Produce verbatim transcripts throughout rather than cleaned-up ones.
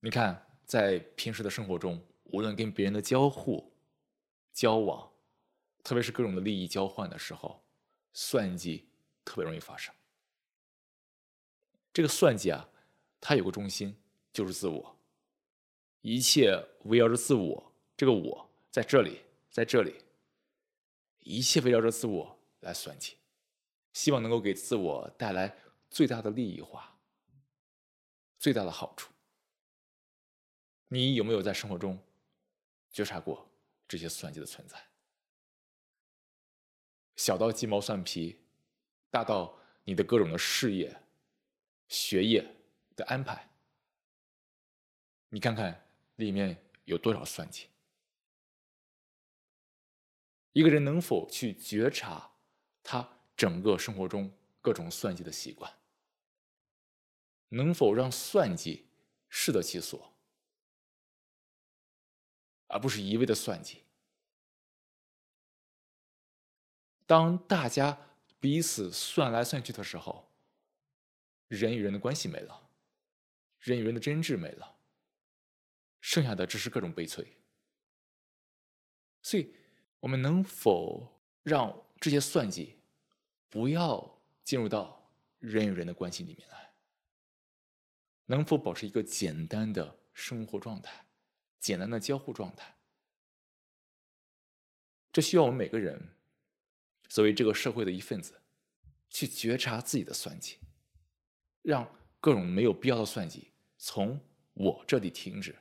你看，在平时的生活中，无论跟别人的交互、交往，特别是各种的利益交换的时候，算计特别容易发生。这个算计啊，它有个中心，就是自我，一切围绕着自我，这个我在这里，在这里，一切围绕着自我来算计，希望能够给自我带来最大的利益化，最大的好处。你有没有在生活中觉察过这些算计的存在？小到鸡毛蒜皮，大到你的各种的事业、学业的安排，你看看里面有多少算计？一个人能否去觉察他整个生活中各种算计的习惯？能否让算计适得其所，而不是一味的算计？当大家彼此算来算去的时候，人与人的关系没了，人与人的真挚没了，剩下的只是各种悲催。所以，我们能否让这些算计不要进入到人与人的关系里面来？能否保持一个简单的生活状态，简单的交互状态？这需要我们每个人作为这个社会的一份子，去觉察自己的算计，让各种没有必要的算计从我这里停止。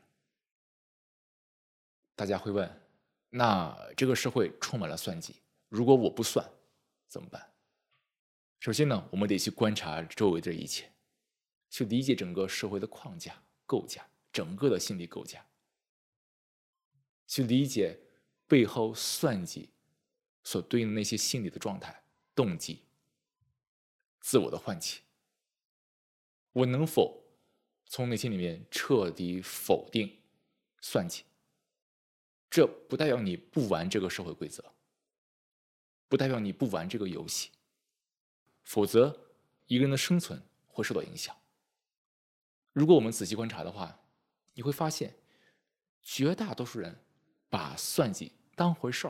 大家会问，那这个社会充满了算计，如果我不算怎么办？首先呢，我们得去观察周围这一切，去理解整个社会的框架构架，整个的心理构架，去理解背后算计所对应的那些心理的状态、动机、自我的唤起。我能否从内心里面彻底否定算计？这不代表你不玩这个社会规则，不代表你不玩这个游戏，否则一个人的生存会受到影响。如果我们仔细观察的话，你会发现绝大多数人把算计当回事儿，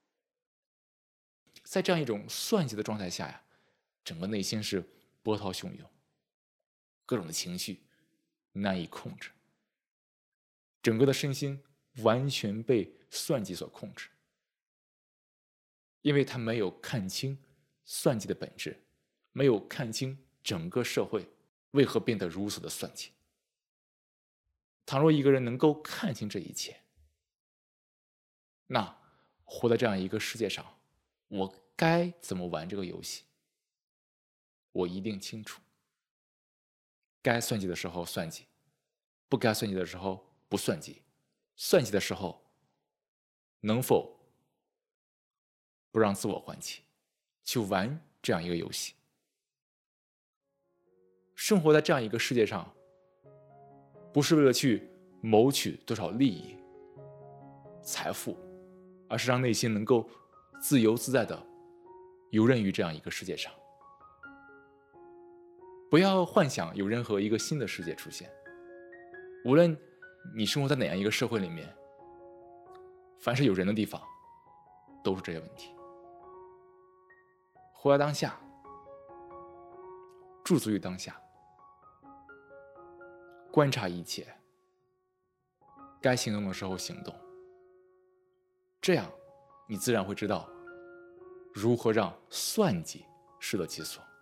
在这样一种算计的状态下呀，整个内心是波涛汹涌，各种的情绪难以控制，整个的身心完全被算计所控制，因为他没有看清算计的本质，没有看清整个社会为何变得如此的算计。倘若一个人能够看清这一切，那活在这样一个世界上，我该怎么玩这个游戏，我一定清楚。该算计的时候算计，不该算计的时候不算计，算计的时候能否不让自我唤起，去玩这样一个游戏。生活在这样一个世界上，不是为了去谋取多少利益、财富，而是让内心能够自由自在的游刃于这样一个世界上。不要幻想有任何一个新的世界出现，无论你生活在哪样一个社会里面，凡是有人的地方，都是这些问题。活在当下，驻足于当下，观察一切，该行动的时候行动，这样你自然会知道如何让算计适得其所。